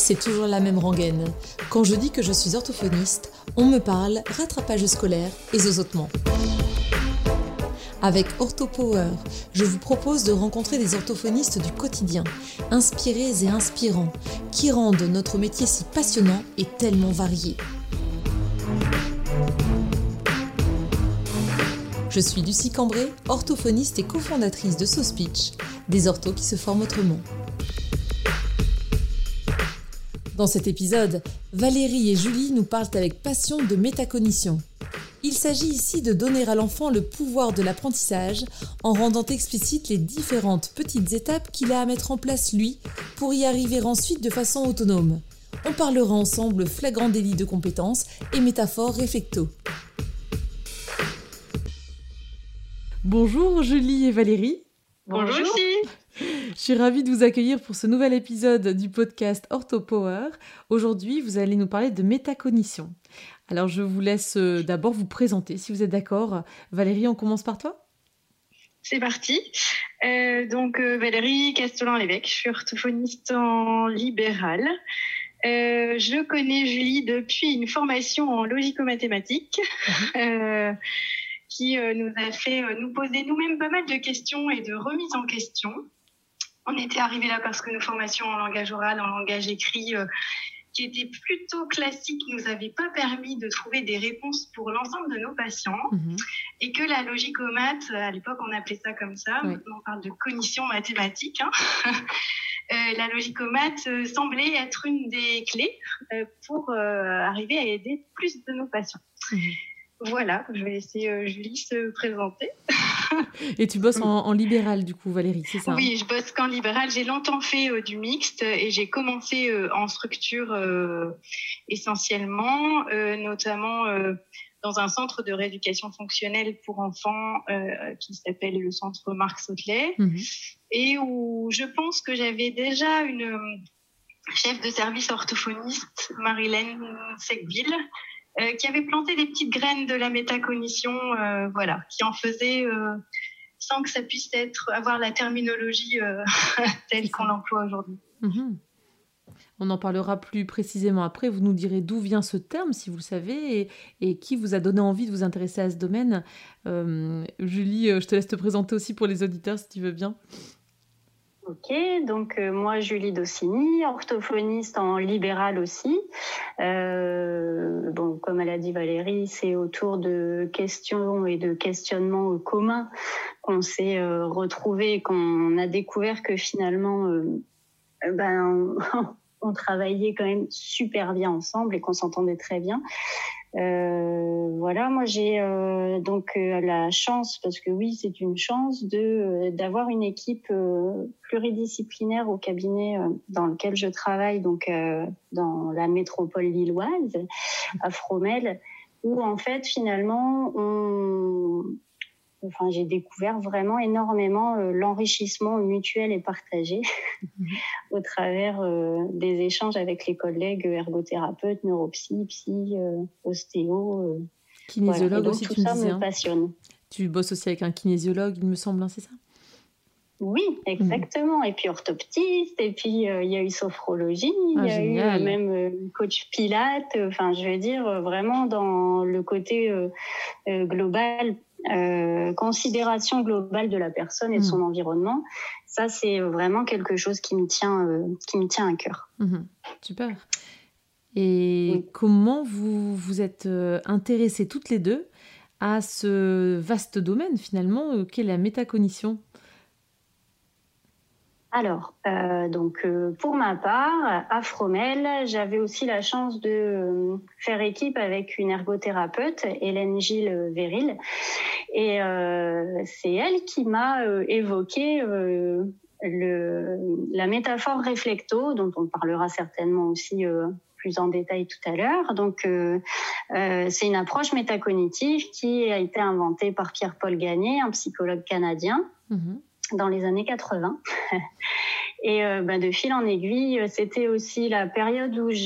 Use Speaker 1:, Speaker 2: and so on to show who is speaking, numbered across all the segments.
Speaker 1: c'est toujours la même rengaine. Quand je dis que je suis orthophoniste, on me parle rattrapage scolaire et zozotement. Avec OrthoPower, je vous propose de rencontrer des orthophonistes du quotidien, inspirés et inspirants, qui rendent notre métier si passionnant et tellement varié. Je suis Lucie Cambray, orthophoniste et cofondatrice de SoSpeech, des orthos qui se forment autrement. Dans cet épisode, Valérie et Julie nous parlent avec passion de métacognition. Il s'agit ici de donner à l'enfant le pouvoir de l'apprentissage en rendant explicites les différentes petites étapes qu'il a à mettre en place lui pour y arriver ensuite de façon autonome. On parlera ensemble flagrant délit de compétences et métaphores réflecto. Bonjour Julie et Valérie.
Speaker 2: Bonjour Lucie.
Speaker 1: Je suis ravie de vous accueillir pour ce nouvel épisode du podcast OrthoPower. Aujourd'hui, vous allez nous parler de métacognition. Alors, je vous laisse d'abord vous présenter, si vous êtes d'accord. Valérie, on commence par toi ?
Speaker 2: C'est parti. Valérie Castellan-Lévesque, je suis orthophoniste en libéral. Je connais Julie depuis une formation en logico-mathématiques qui nous a fait nous poser nous-mêmes pas mal de questions et de remises en question. On était arrivés là parce que nos formations en langage oral, en langage écrit, qui étaient plutôt classiques, nous avaient pas permis de trouver des réponses pour l'ensemble de nos patients. Et que la logico-mat, à l'époque on appelait ça comme ça, maintenant on parle de cognition mathématique, la logico-mat semblait être une des clés pour arriver à aider plus de nos patients. Voilà, je vais laisser Julie se présenter.
Speaker 1: Et tu bosses en libéral du coup, Valérie, c'est ça ?
Speaker 2: Oui, je bosse qu'en libéral. J'ai longtemps fait du mixte et j'ai commencé en structure essentiellement, notamment dans un centre de rééducation fonctionnelle pour enfants qui s'appelle le centre Marc Sautelet et où je pense que j'avais déjà une chef de service orthophoniste, Marilène Secville, qui avait planté des petites graines de la métacognition, qui en faisait sans que ça puisse avoir la terminologie telle qu'on l'emploie aujourd'hui.
Speaker 1: On en parlera plus précisément après. Vous nous direz d'où vient ce terme, si vous le savez, et qui vous a donné envie de vous intéresser à ce domaine. Julie, je te laisse te présenter aussi pour les auditeurs, si tu veux bien.
Speaker 3: Ok, donc moi Julie Dossini, orthophoniste en libéral aussi. Comme elle a dit Valérie, c'est autour de questions et de questionnements communs qu'on s'est retrouvés et qu'on a découvert que finalement on travaillait quand même super bien ensemble et qu'on s'entendait très bien. Moi j'ai la chance, parce que oui c'est une chance d'avoir une équipe pluridisciplinaire au cabinet dans lequel je travaille, donc dans la métropole lilloise à Fromelles, où en fait finalement j'ai découvert vraiment énormément l'enrichissement mutuel et partagé au travers des échanges avec les collègues ergothérapeutes, neuropsy, psy, ostéo.
Speaker 1: Kinésiologue aussi,
Speaker 3: tout
Speaker 1: tu me
Speaker 3: ça
Speaker 1: disais.
Speaker 3: Me passionne.
Speaker 1: Tu bosses aussi avec un kinésiologue, il me semble, c'est ça ?
Speaker 3: Oui, exactement. Et puis orthoptiste, et puis il y a eu sophrologie, il y a
Speaker 1: génial.
Speaker 3: Eu même coach pilates. Vraiment dans le côté global, considération globale de la personne et de son environnement. Ça, c'est vraiment quelque chose qui me tient à cœur.
Speaker 1: Super. Et comment vous vous êtes intéressées toutes les deux à ce vaste domaine finalement qu'est la métacognition ?
Speaker 3: Alors, pour ma part, à Fromelles, j'avais aussi la chance de faire équipe avec une ergothérapeute, Hélène Gilles Véril, et c'est elle qui m'a évoqué la métaphore réflecto, dont on parlera certainement aussi plus en détail tout à l'heure. Donc, c'est une approche métacognitive qui a été inventée par Pierre-Paul Gagné, un psychologue canadien, dans les années 80. Et de fil en aiguille, c'était aussi la période où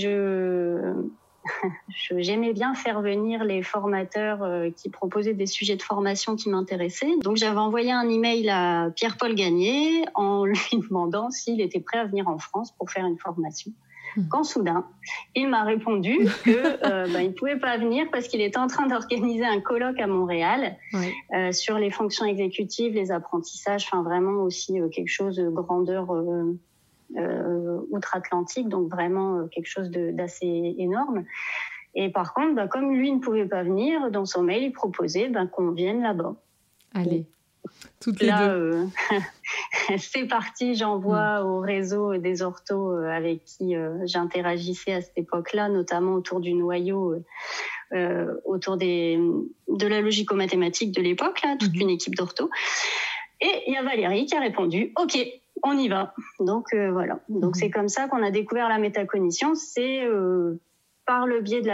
Speaker 3: j'aimais bien faire venir les formateurs qui proposaient des sujets de formation qui m'intéressaient. Donc j'avais envoyé un email à Pierre-Paul Gagné en lui demandant s'il était prêt à venir en France pour faire une formation. quand soudain, il m'a répondu que il pouvait pas venir parce qu'il était en train d'organiser un colloque à Montréal sur les fonctions exécutives, les apprentissages, enfin vraiment aussi quelque chose de grandeur outre-Atlantique, donc vraiment quelque chose d'assez énorme. Et par contre, comme lui ne pouvait pas venir, dans son mail, il proposait qu'on vienne là-bas.
Speaker 1: Allez, toutes les deux.
Speaker 3: C'est parti, j'envoie au réseau des orthos avec qui j'interagissais à cette époque-là, notamment autour du noyau, autour de la logico-mathématique de l'époque, là, toute une équipe d'orthos. Et il y a Valérie qui a répondu « Ok, on y va ». Donc voilà. Donc c'est comme ça qu'on a découvert la métacognition. C'est par le biais de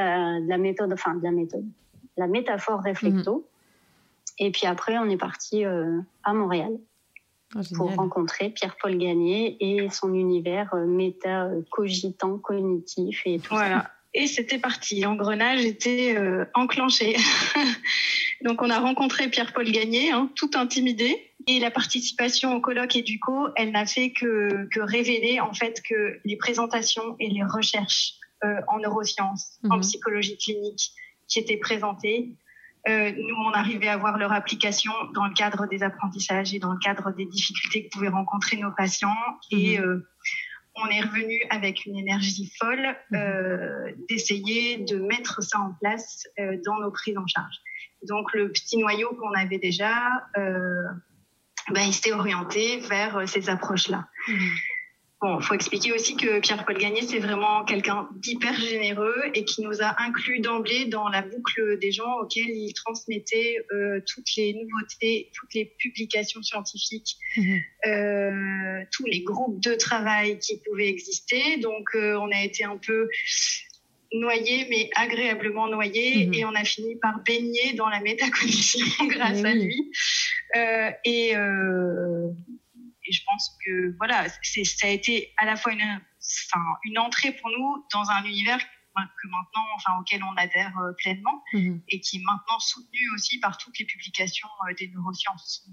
Speaker 3: la métaphore réflecto. Et puis après, on est parti à Montréal pour rencontrer Pierre-Paul Gagné et son univers méta-cogitant, cognitif et tout ça.
Speaker 2: Et c'était parti, l'engrenage était enclenché. Donc on a rencontré Pierre-Paul Gagné, tout intimidé. Et la participation au colloque EduCo, elle n'a fait que révéler en fait que les présentations et les recherches en neurosciences, en psychologie clinique qui étaient présentées, nous, on arrivait à voir leur application dans le cadre des apprentissages et dans le cadre des difficultés que pouvaient rencontrer nos patients. Et on est revenu avec une énergie folle d'essayer de mettre ça en place dans nos prises en charge. Donc, le petit noyau qu'on avait déjà, il s'était orienté vers ces approches-là. Bon, faut expliquer aussi que Pierre-Paul Gagné, c'est vraiment quelqu'un d'hyper généreux et qui nous a inclus d'emblée dans la boucle des gens auxquels il transmettait toutes les nouveautés, toutes les publications scientifiques, tous les groupes de travail qui pouvaient exister. Donc, on a été un peu noyé, mais agréablement noyé, et on a fini par baigner dans la métacognition grâce à lui. Et je pense que ça a été à la fois une entrée pour nous dans un univers que maintenant, auquel on adhère pleinement, et qui est maintenant soutenu aussi par toutes les publications des neurosciences.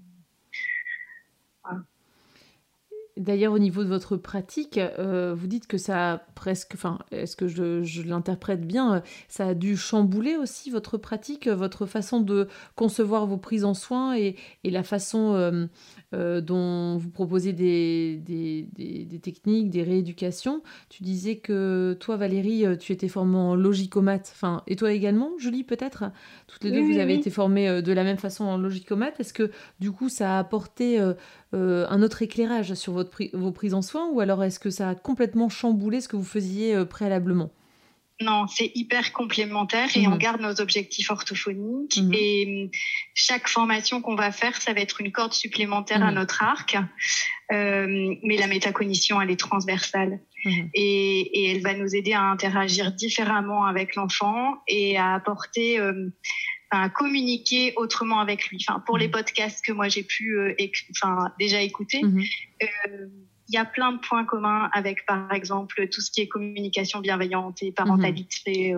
Speaker 1: Voilà. D'ailleurs, au niveau de votre pratique, vous dites que ça a presque, est-ce que je l'interprète bien, ça a dû chambouler aussi votre pratique, votre façon de concevoir vos prises en soins et la façon dont vous proposez des techniques, des rééducations. Tu disais que toi, Valérie, tu étais formée en logicomath, et toi également, Julie, peut-être ? Toutes les deux, vous avez été formées de la même façon en logicomath. Est-ce que, du coup, ça a apporté un autre éclairage sur vos prises en soins, ou alors est-ce que ça a complètement chamboulé ce que vous faisiez préalablement ?
Speaker 2: Non, c'est hyper complémentaire et on garde nos objectifs orthophoniques. Et chaque formation qu'on va faire, ça va être une corde supplémentaire à notre arc. Mais la métacognition, elle est transversale. Et elle va nous aider à interagir différemment avec l'enfant et à apporter... à communiquer autrement avec lui. Pour les podcasts que moi j'ai pu déjà écouter, il y a plein de points communs avec, par exemple, tout ce qui est communication bienveillante et parentalité.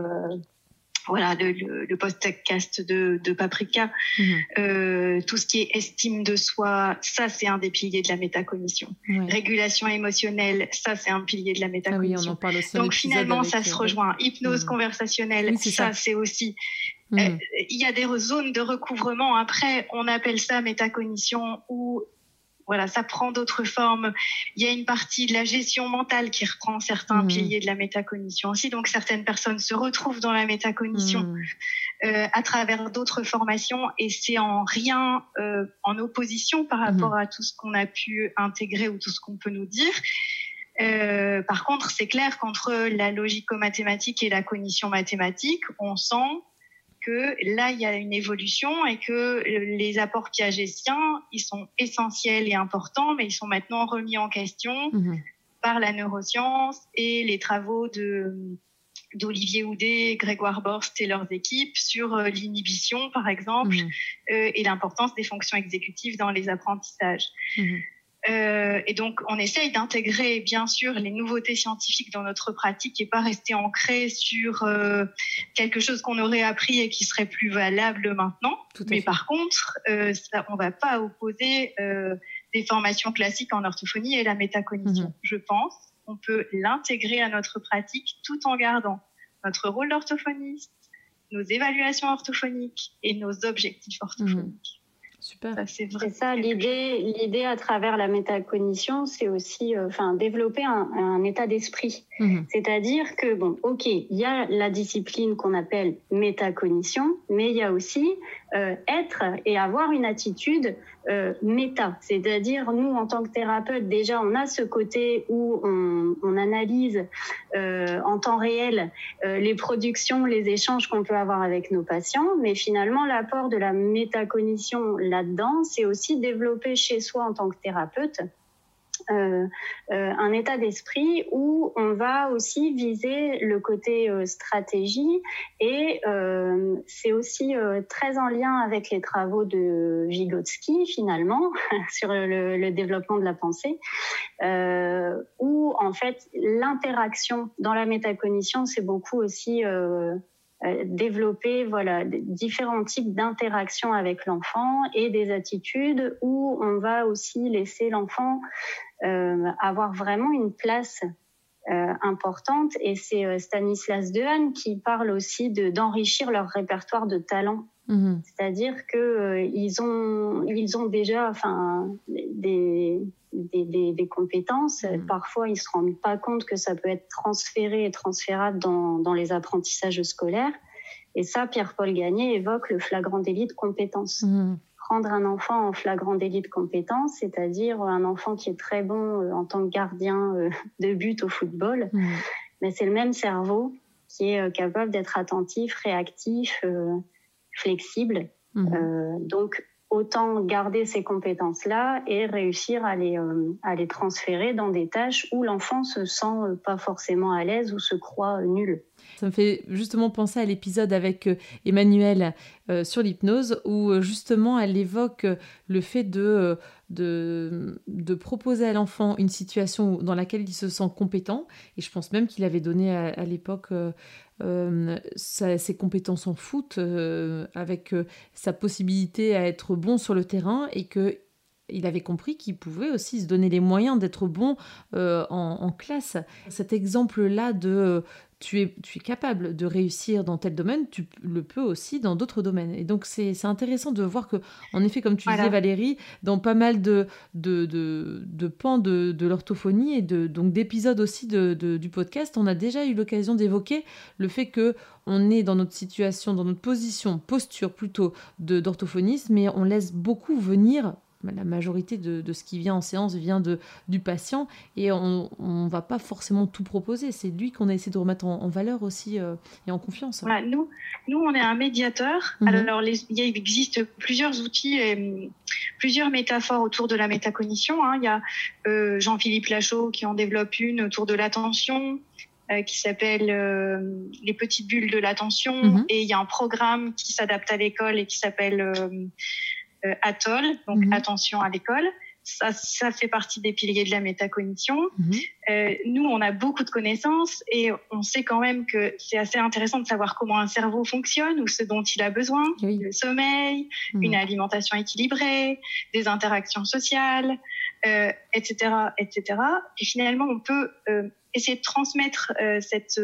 Speaker 2: Le podcast de Paprika, tout ce qui est estime de soi, ça c'est un des piliers de la métacognition. Régulation émotionnelle, ça c'est un pilier de la métacognition.
Speaker 1: On en parle aussi.
Speaker 2: Donc finalement, ça se rejoint. Hypnose conversationnelle, ça c'est aussi... Il y a des zones de recouvrement. Après, on appelle ça métacognition ou ça prend d'autres formes. Il y a une partie de la gestion mentale qui reprend certains piliers de la métacognition aussi. Donc, certaines personnes se retrouvent dans la métacognition à travers d'autres formations et c'est en rien en opposition par rapport à tout ce qu'on a pu intégrer ou tout ce qu'on peut nous dire. Par contre, c'est clair qu'entre la logico-mathématique et la cognition mathématique, on sent que là, il y a une évolution et que les apports piagétiens, ils sont essentiels et importants, mais ils sont maintenant remis en question par la neuroscience et les travaux d'Olivier Houdet, Grégoire Borst et leurs équipes sur l'inhibition, par exemple, et l'importance des fonctions exécutives dans les apprentissages. Et donc, on essaye d'intégrer, bien sûr, les nouveautés scientifiques dans notre pratique et pas rester ancré sur quelque chose qu'on aurait appris et qui serait plus valable maintenant. Mais par contre, on va pas opposer des formations classiques en orthophonie et la métacognition, je pense. on peut l'intégrer à notre pratique tout en gardant notre rôle d'orthophoniste, nos évaluations orthophoniques et nos objectifs orthophoniques.
Speaker 1: Super.
Speaker 3: C'est ça, l'idée à travers la métacognition, c'est aussi développer un état d'esprit. C'est-à-dire que, il y a la discipline qu'on appelle métacognition, mais il y a aussi être et avoir une attitude méta. C'est-à-dire, nous, en tant que thérapeute, déjà, on a ce côté où on analyse en temps réel les productions, les échanges qu'on peut avoir avec nos patients, mais finalement, l'apport de la métacognition là-dedans, c'est aussi développer chez soi en tant que thérapeute un état d'esprit où on va aussi viser le côté stratégie et c'est aussi très en lien avec les travaux de Vygotsky finalement sur le développement de la pensée où en fait l'interaction dans la métacognition c'est beaucoup aussi développer différents types d'interactions avec l'enfant et des attitudes où on va aussi laisser l'enfant avoir vraiment une place importante et c'est Stanislas Dehaene qui parle aussi d'enrichir leur répertoire de talents. C'est-à-dire que ils ont déjà des compétences. Parfois, ils se rendent pas compte que ça peut être transféré et transférable dans les apprentissages scolaires. Et ça, Pierre-Paul Gagné évoque le flagrant délit de compétence. Prendre un enfant en flagrant délit de compétence, c'est-à-dire un enfant qui est très bon en tant que gardien de but au football, mais c'est le même cerveau qui est capable d'être attentif, réactif, flexible. Donc, autant garder ces compétences-là et réussir à les transférer dans des tâches où l'enfant se sent pas forcément à l'aise ou se croit nul.
Speaker 1: Ça me fait justement penser à l'épisode avec Emmanuelle sur l'hypnose où justement elle évoque le fait de proposer à l'enfant une situation dans laquelle il se sent compétent et je pense même qu'il avait donné à l'époque ses compétences en foot avec sa possibilité à être bon sur le terrain et que il avait compris qu'il pouvait aussi se donner les moyens d'être bon en classe. Cet exemple-là de tu es capable de réussir dans tel domaine, tu le peux aussi dans d'autres domaines. Et donc, c'est intéressant de voir que, en effet, comme tu disais, Valérie, dans pas mal de pans de l'orthophonie et donc d'épisodes aussi du podcast, on a déjà eu l'occasion d'évoquer le fait qu'on est dans notre situation, dans notre posture plutôt d'orthophoniste, mais on laisse beaucoup venir. La majorité de ce qui vient en séance vient du patient et on ne va pas forcément tout proposer. C'est lui qu'on a essayé de remettre en valeur aussi et en confiance.
Speaker 2: Voilà, nous, on est un médiateur. Alors, il existe plusieurs outils et plusieurs métaphores autour de la métacognition. Il y a Jean-Philippe Lachaud qui en développe une autour de l'attention qui s'appelle les petites bulles de l'attention. Et il y a un programme qui s'adapte à l'école et qui s'appelle Atoll, donc attention à l'école. Ça fait partie des piliers de la métacognition. Nous, on a beaucoup de connaissances et on sait quand même que c'est assez intéressant de savoir comment un cerveau fonctionne ou ce dont il a besoin. Le sommeil, une alimentation équilibrée, des interactions sociales, etc., etc. Et finalement, on peut essayer de transmettre cet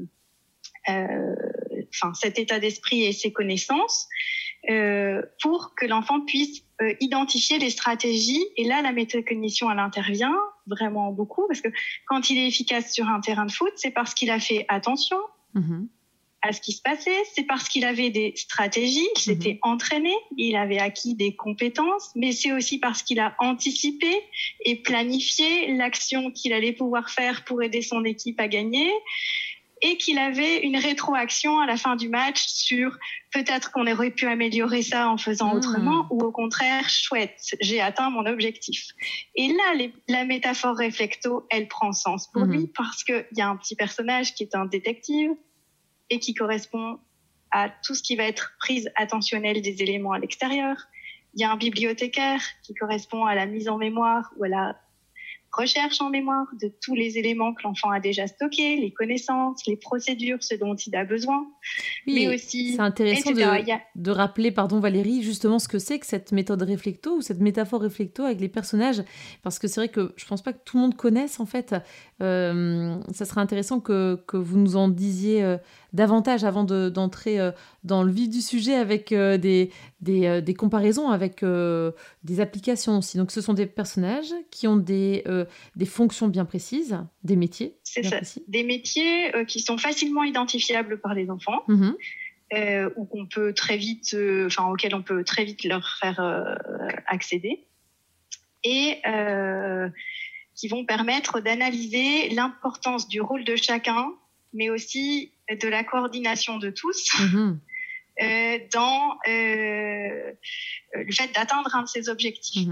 Speaker 2: état d'esprit et ces connaissances pour que l'enfant puisse identifier les stratégies. Et là, la métacognition, elle intervient vraiment beaucoup parce que quand il est efficace sur un terrain de foot, c'est parce qu'il a fait attention à ce qui se passait, c'est parce qu'il avait des stratégies, qu'il s'était entraîné, il avait acquis des compétences, mais c'est aussi parce qu'il a anticipé et planifié l'action qu'il allait pouvoir faire pour aider son équipe à gagner. Et qu'il avait une rétroaction à la fin du match sur peut-être qu'on aurait pu améliorer ça en faisant autrement ou au contraire, chouette, j'ai atteint mon objectif. Et là, la métaphore réflecto, elle prend sens pour lui parce qu'il y a un petit personnage qui est un détective et qui correspond à tout ce qui va être prise attentionnelle des éléments à l'extérieur. Il y a un bibliothécaire qui correspond à la mise en mémoire ou à la recherche en mémoire de tous les éléments que l'enfant a déjà stockés, les connaissances, les procédures, ce dont il a besoin.
Speaker 1: Oui,
Speaker 2: mais aussi,
Speaker 1: c'est intéressant
Speaker 2: etc.
Speaker 1: de rappeler, pardon Valérie, justement ce que c'est que cette méthode réflecto ou cette métaphore réflecto avec les personnages, parce que c'est vrai que je pense pas que tout le monde connaisse en fait. Ça serait intéressant que vous nous en disiez davantage avant d'entrer dans le vif du sujet avec des comparaisons avec des applications aussi. Donc ce sont des personnages qui ont des fonctions bien précises, des métiers
Speaker 2: C'est
Speaker 1: bien
Speaker 2: ça,
Speaker 1: précis.
Speaker 2: des métiers qui sont facilement identifiables par les enfants, ou qu'on peut très vite, auxquels on peut très vite leur faire accéder, et qui vont permettre d'analyser l'importance du rôle de chacun, mais aussi de la coordination de tous dans le fait d'atteindre un de ces objectifs.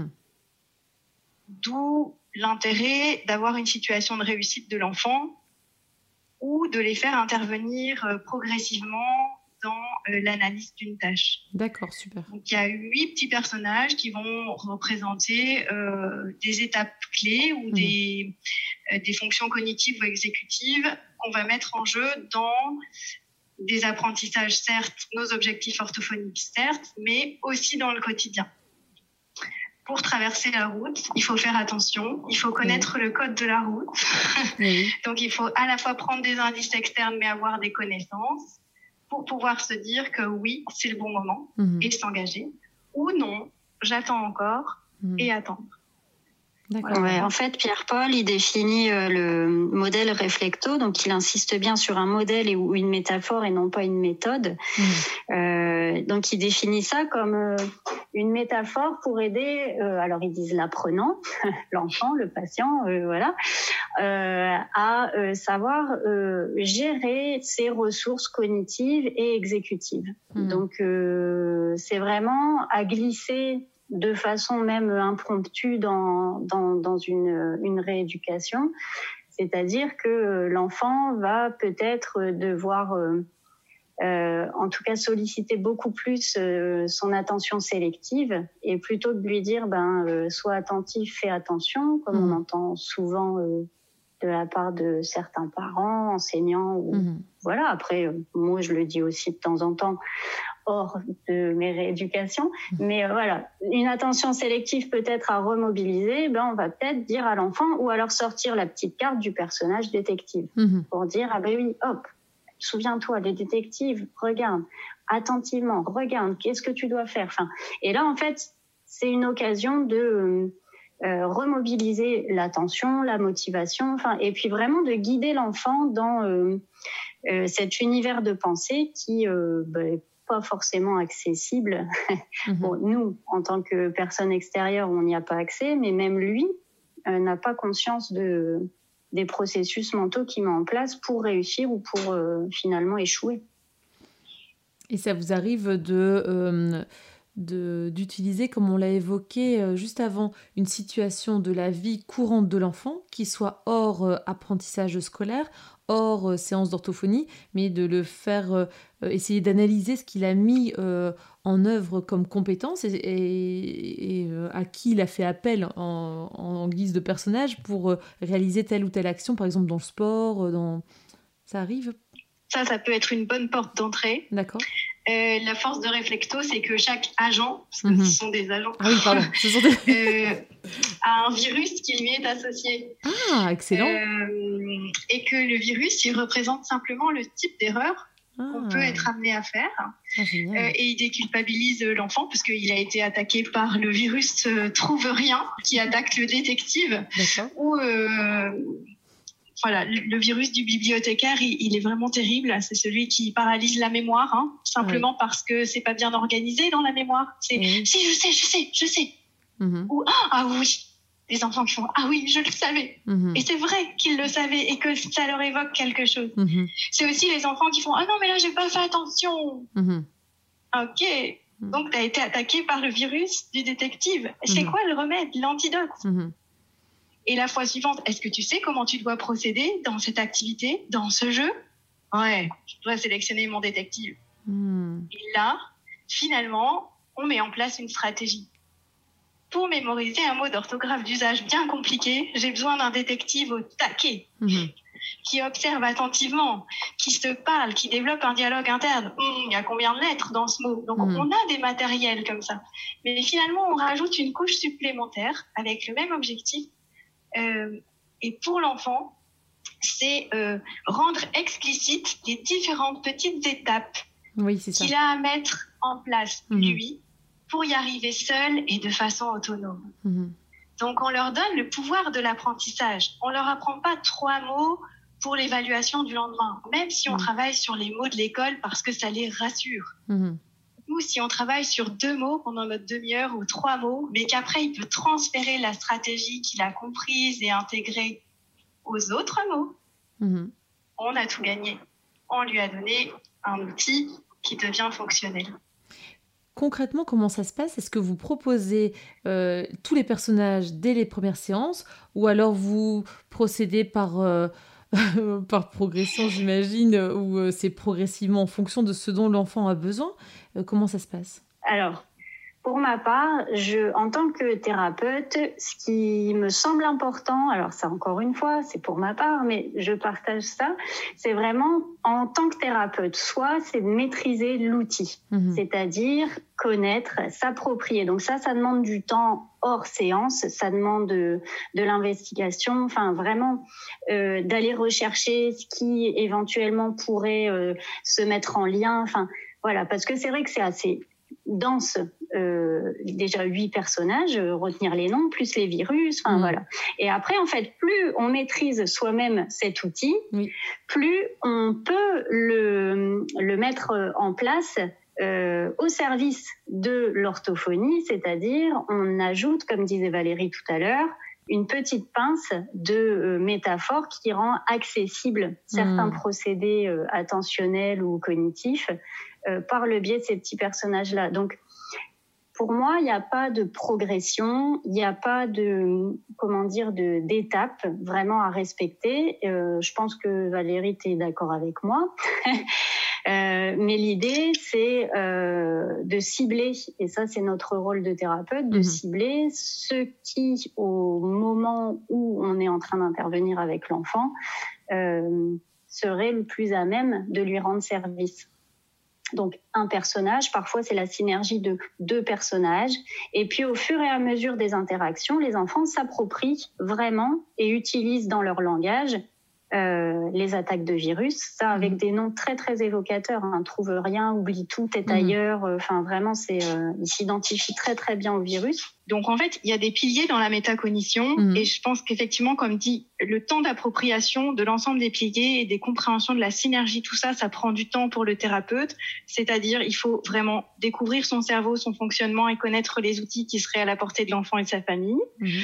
Speaker 2: D'où l'intérêt d'avoir une situation de réussite de l'enfant ou de les faire intervenir progressivement dans l'analyse d'une tâche.
Speaker 1: D'accord, super.
Speaker 2: Donc, il y a 8 petits personnages qui vont représenter des étapes clés ou des fonctions cognitives ou exécutives qu'on va mettre en jeu dans des apprentissages, certes, nos objectifs orthophoniques, certes, mais aussi dans le quotidien. Pour traverser la route, il faut faire attention, il faut connaître le code de la route. Donc, il faut à la fois prendre des indices externes, mais avoir des connaissances pour pouvoir se dire que oui, c'est le bon moment et s'engager. Ou non, j'attends encore et attendre.
Speaker 3: D'accord. Ouais, en fait, Pierre-Paul, il définit le modèle réflecto, donc il insiste bien sur un modèle ou une métaphore et non pas une méthode. Donc il définit ça comme une métaphore pour aider, alors ils disent l'apprenant, l'enfant, le patient, à savoir gérer ses ressources cognitives et exécutives. Donc c'est vraiment à glisser de façon même impromptue dans une rééducation. C'est-à-dire que l'enfant va peut-être devoir, en tout cas, solliciter beaucoup plus son attention sélective, et plutôt que de lui dire sois attentif, fais attention, comme on entend souvent de la part de certains parents, enseignants. Voilà. Après, moi, je le dis aussi de temps en temps, hors de mes rééducations. Mais voilà, une attention sélective peut-être à remobiliser, on va peut-être dire à l'enfant, ou alors sortir la petite carte du personnage détective pour dire, ah ben oui, hop, souviens-toi, les détectives, regarde, attentivement, regarde, qu'est-ce que tu dois faire. Et là, en fait, c'est une occasion de remobiliser l'attention, la motivation, et puis vraiment de guider l'enfant dans cet univers de pensée qui pas forcément accessible. Bon, nous, en tant que personne extérieure, on n'y a pas accès, mais même lui n'a pas conscience des processus mentaux qu'il met en place pour réussir ou pour finalement échouer.
Speaker 1: Et ça vous arrive d'utiliser, comme on l'a évoqué juste avant, une situation de la vie courante de l'enfant qui soit hors apprentissage scolaire, hors séance d'orthophonie, mais de le faire essayer d'analyser ce qu'il a mis en œuvre comme compétence et à qui il a fait appel en guise de personnage pour réaliser telle ou telle action, par exemple dans le sport, ça arrive ?
Speaker 2: Ça peut être une bonne porte d'entrée.
Speaker 1: D'accord.
Speaker 2: La force de Réflecto, c'est que chaque agent, parce que ce sont des agents,
Speaker 1: a
Speaker 2: un virus qui lui est associé.
Speaker 1: Ah, excellent.
Speaker 2: Et que le virus, il représente simplement le type d'erreur qu'on peut être amené à faire. Et il déculpabilise l'enfant, parce qu'il a été attaqué par le virus Trouve Rien, qui attaque le détective.
Speaker 1: D'accord.
Speaker 2: Ou... Voilà, le virus du bibliothécaire, il est vraiment terrible. C'est celui qui paralyse la mémoire, simplement parce que c'est pas bien organisé dans la mémoire. C'est si, je sais. Ou ah oui, les enfants qui font ah oui, je le savais. Et c'est vrai qu'ils le savaient et que ça leur évoque quelque chose. C'est aussi les enfants qui font ah non mais là j'ai pas fait attention. Ok, donc t'as été attaqué par le virus du détective. C'est quoi le remède, l'antidote? Et la fois suivante, est-ce que tu sais comment tu dois procéder dans cette activité, dans ce jeu? Ouais, je dois sélectionner mon détective. Et là, finalement, on met en place une stratégie pour mémoriser un mot d'orthographe d'usage bien compliqué, j'ai besoin d'un détective au taquet, qui observe attentivement, qui se parle, qui développe un dialogue interne. Il y a combien de lettres dans ce mot? Donc, on a des matériels comme ça. Mais finalement, on rajoute une couche supplémentaire avec le même objectif. Et pour l'enfant, c'est rendre explicite les différentes petites étapes qu'il a à mettre en place, lui, pour y arriver seul et de façon autonome. Donc, on leur donne le pouvoir de l'apprentissage. On leur apprend pas 3 mots pour l'évaluation du lendemain, même si on travaille sur les mots de l'école parce que ça les rassure. Ou si on travaille sur 2 mots pendant notre demi-heure ou 3 mots, mais qu'après, il peut transférer la stratégie qu'il a comprise et intégrée aux autres mots, on a tout gagné. On lui a donné un outil qui devient fonctionnel.
Speaker 1: Concrètement, comment ça se passe? Est-ce que vous proposez tous les personnages dès les premières séances ou alors vous procédez par progression, j'imagine, ou c'est progressivement en fonction de ce dont l'enfant a besoin? Comment ça se passe?
Speaker 3: Alors, pour ma part, en tant que thérapeute, ce qui me semble important, alors ça encore une fois, c'est pour ma part, mais je partage ça, c'est vraiment en tant que thérapeute, soit c'est de maîtriser l'outil, c'est-à-dire connaître, s'approprier. Donc ça demande du temps hors séance, ça demande de l'investigation, enfin vraiment d'aller rechercher ce qui éventuellement pourrait se mettre en lien, enfin voilà, parce que c'est vrai que c'est assez dense, déjà 8 personnages, retenir les noms, plus les virus, enfin voilà. Et après, en fait, plus on maîtrise soi-même cet outil, plus on peut le mettre en place au service de l'orthophonie, c'est-à-dire on ajoute, comme disait Valérie tout à l'heure, une petite pince de métaphore qui rend accessible certains procédés attentionnels ou cognitifs par le biais de ces petits personnages-là. Donc, pour moi, il n'y a pas de progression, il n'y a pas d'étape vraiment à respecter. Je pense que Valérie, tu es d'accord avec moi. Mais l'idée, c'est de cibler, et ça, c'est notre rôle de thérapeute, de cibler ceux qui, au moment où on est en train d'intervenir avec l'enfant, seraient le plus à même de lui rendre service. Donc, un personnage, parfois c'est la synergie de 2 personnages. Et puis, au fur et à mesure des interactions, les enfants s'approprient vraiment et utilisent dans leur langage les attaques de virus. Ça, avec des noms très, très évocateurs. Trouve rien, oublie tout, est ailleurs. Enfin, vraiment, ils s'identifient très, très bien au virus.
Speaker 2: Donc, en fait, il y a des piliers dans la métacognition. Et je pense qu'effectivement, comme dit, le temps d'appropriation de l'ensemble des piliers et des compréhensions de la synergie, tout ça, ça prend du temps pour le thérapeute. C'est-à-dire, il faut vraiment découvrir son cerveau, son fonctionnement et connaître les outils qui seraient à la portée de l'enfant et de sa famille.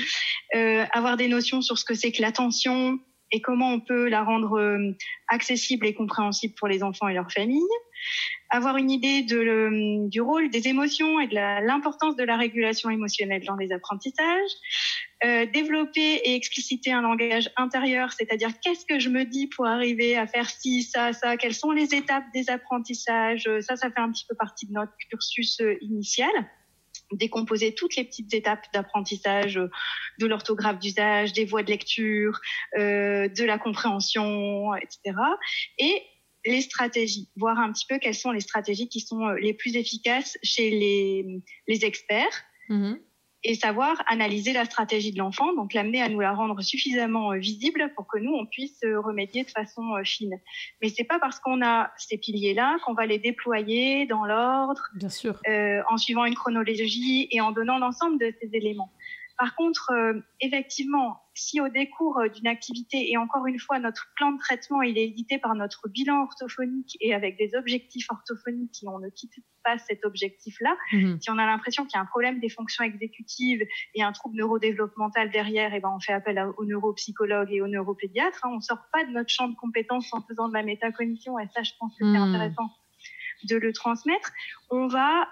Speaker 2: Avoir des notions sur ce que c'est que l'attention et comment on peut la rendre accessible et compréhensible pour les enfants et leurs familles. Avoir une idée du rôle des émotions et de l'importance de la régulation émotionnelle dans les apprentissages. Développer et expliciter un langage intérieur, c'est-à-dire qu'est-ce que je me dis pour arriver à faire ci, ça, quelles sont les étapes des apprentissages. Ça fait un petit peu partie de notre cursus initial. Décomposer toutes les petites étapes d'apprentissage de l'orthographe d'usage, des voies de lecture, de la compréhension, etc. Et les stratégies, voir un petit peu quelles sont les stratégies qui sont les plus efficaces chez les experts et savoir analyser la stratégie de l'enfant, donc l'amener à nous la rendre suffisamment visible pour que nous, on puisse remédier de façon fine. Mais c'est pas parce qu'on a ces piliers-là qu'on va les déployer dans l'ordre,
Speaker 1: bien sûr,
Speaker 2: en suivant une chronologie et en donnant l'ensemble de ces éléments. Par contre, effectivement, si au décours d'une activité, et encore une fois, notre plan de traitement, il est édité par notre bilan orthophonique et avec des objectifs orthophoniques qui on ne quitte pas cet objectif-là, si on a l'impression qu'il y a un problème des fonctions exécutives et un trouble neurodéveloppemental derrière, et ben on fait appel aux neuropsychologues et aux neuropédiatres. On sort pas de notre champ de compétences en faisant de la métacognition, et ça, je pense que c'est intéressant de le transmettre. On va,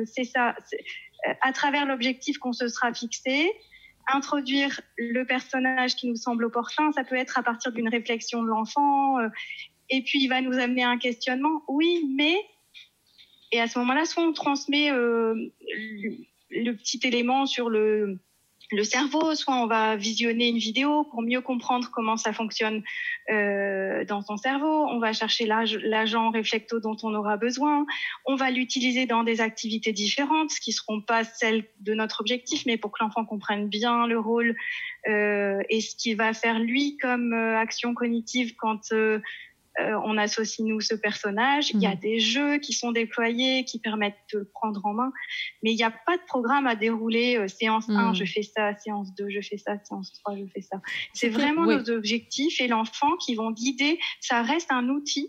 Speaker 2: à travers l'objectif qu'on se sera fixé, introduire le personnage qui nous semble opportun. Ça peut être à partir d'une réflexion de l'enfant, et puis il va nous amener à un questionnement. Oui, mais... Et à ce moment-là, soit on transmet le petit élément sur le cerveau, soit on va visionner une vidéo pour mieux comprendre comment ça fonctionne dans son cerveau. On va chercher l'agent réflecto dont on aura besoin. On va l'utiliser dans des activités différentes, qui seront pas celles de notre objectif, mais pour que l'enfant comprenne bien le rôle et ce qu'il va faire lui comme action cognitive quand on associe nous ce personnage. Il y a des jeux qui sont déployés qui permettent de le prendre en main, mais il n'y a pas de programme à dérouler. Séance 1, je fais ça. Séance 2, je fais ça. Séance 3, je fais ça. C'est vraiment nos objectifs et l'enfant qui vont guider. Ça reste un outil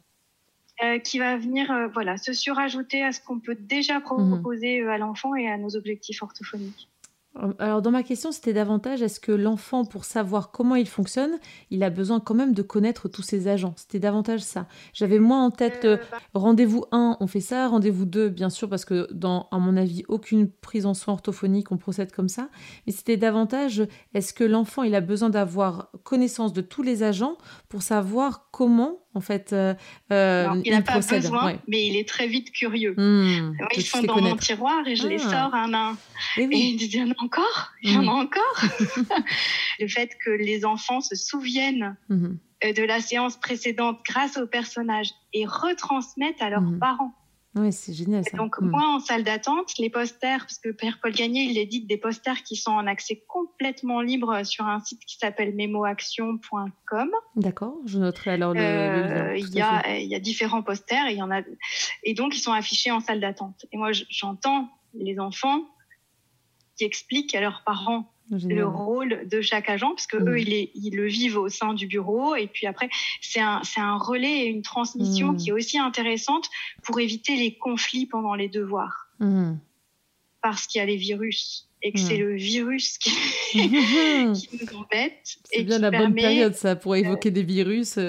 Speaker 2: qui va venir se surajouter à ce qu'on peut déjà proposer à l'enfant et à nos objectifs orthophoniques.
Speaker 1: Alors, dans ma question, c'était davantage, est-ce que l'enfant, pour savoir comment il fonctionne, il a besoin quand même de connaître tous ses agents? C'était davantage ça. J'avais moins en tête, rendez-vous 1, on fait ça, rendez-vous 2, bien sûr, parce que à mon avis, aucune prise en soin orthophonique, on procède comme ça. Mais c'était davantage, est-ce que l'enfant, il a besoin d'avoir connaissance de tous les agents pour savoir comment, en fait,
Speaker 2: non, il n'a pas besoin, mais il est très vite curieux. Moi, ils sont dans mon tiroir et je les sors un à un. Et il me dit, il y en a encore, il y en a encore. Le fait que les enfants se souviennent de la séance précédente grâce au personnage et retransmettent à leurs parents.
Speaker 1: Oui, c'est génial ça.
Speaker 2: Donc, moi, en salle d'attente, les posters, parce que Père Paul Gagné, il édite des posters qui sont en accès complètement libre sur un site qui s'appelle memoaction.com.
Speaker 1: D'accord, je noterai alors le lien.
Speaker 2: Il y a différents posters et donc ils sont affichés en salle d'attente. Et moi, j'entends les enfants qui expliquent à leurs parents le rôle de chaque agent, parce que eux, ils le vivent au sein du bureau. Et puis après, c'est un relais et une transmission qui est aussi intéressante pour éviter les conflits pendant les devoirs. Parce qu'il y a les virus et que c'est le virus qui nous embête.
Speaker 1: C'est bien la bonne période, ça, pour évoquer des virus.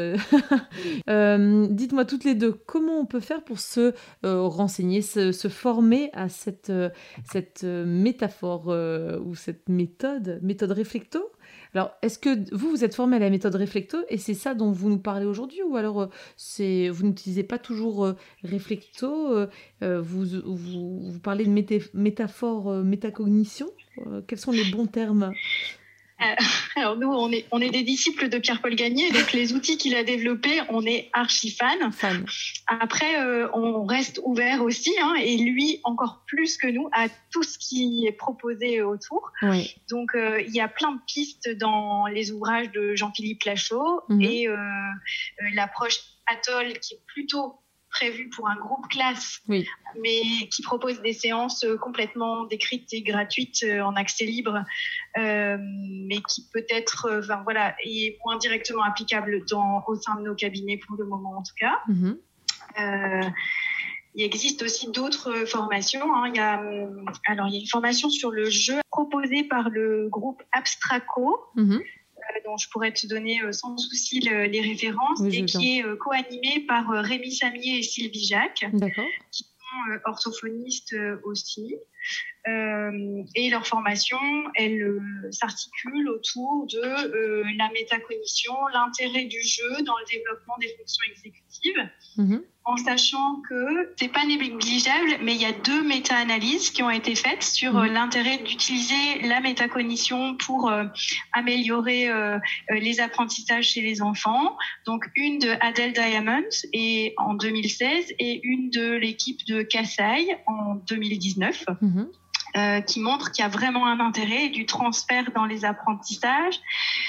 Speaker 1: Dites-moi toutes les deux, comment on peut faire pour se renseigner, se former à cette métaphore ou cette méthode réflecto? Alors, est-ce que vous êtes formé à la méthode réflecto et c'est ça dont vous nous parlez aujourd'hui, ou alors vous n'utilisez pas toujours réflecto, vous parlez de métaphore, métacognition, quels sont les bons termes?
Speaker 2: Alors nous, on est des disciples de Pierre Paul Gagné, donc les outils qu'il a développés, on est archi fan. Après, on reste ouvert aussi, et lui encore plus que nous, à tout ce qui est proposé autour. Oui. Donc il y a plein de pistes dans les ouvrages de Jean-Philippe Lachaud et l'approche Atoll qui est plutôt prévu pour un groupe classe, mais qui propose des séances complètement décrites et gratuites en accès libre, mais qui peut-être est moins directement applicable au sein de nos cabinets pour le moment en tout cas. Il existe aussi d'autres formations. Il y a une formation sur le jeu proposée par le groupe Abstraco, dont je pourrais te donner sans souci les références, et qui est co-animée par Rémi Samier et Sylvie Jacques, qui sont orthophonistes aussi. Et leur formation, elle s'articule autour de la métacognition, l'intérêt du jeu dans le développement des fonctions exécutives, en sachant que c'est pas négligeable, mais il y a 2 méta-analyses qui ont été faites sur l'intérêt d'utiliser la métacognition pour améliorer les apprentissages chez les enfants. Donc une de Adele Diamond en 2016 et une de l'équipe de Kassai en 2019. Qui montre qu'il y a vraiment un intérêt du transfert dans les apprentissages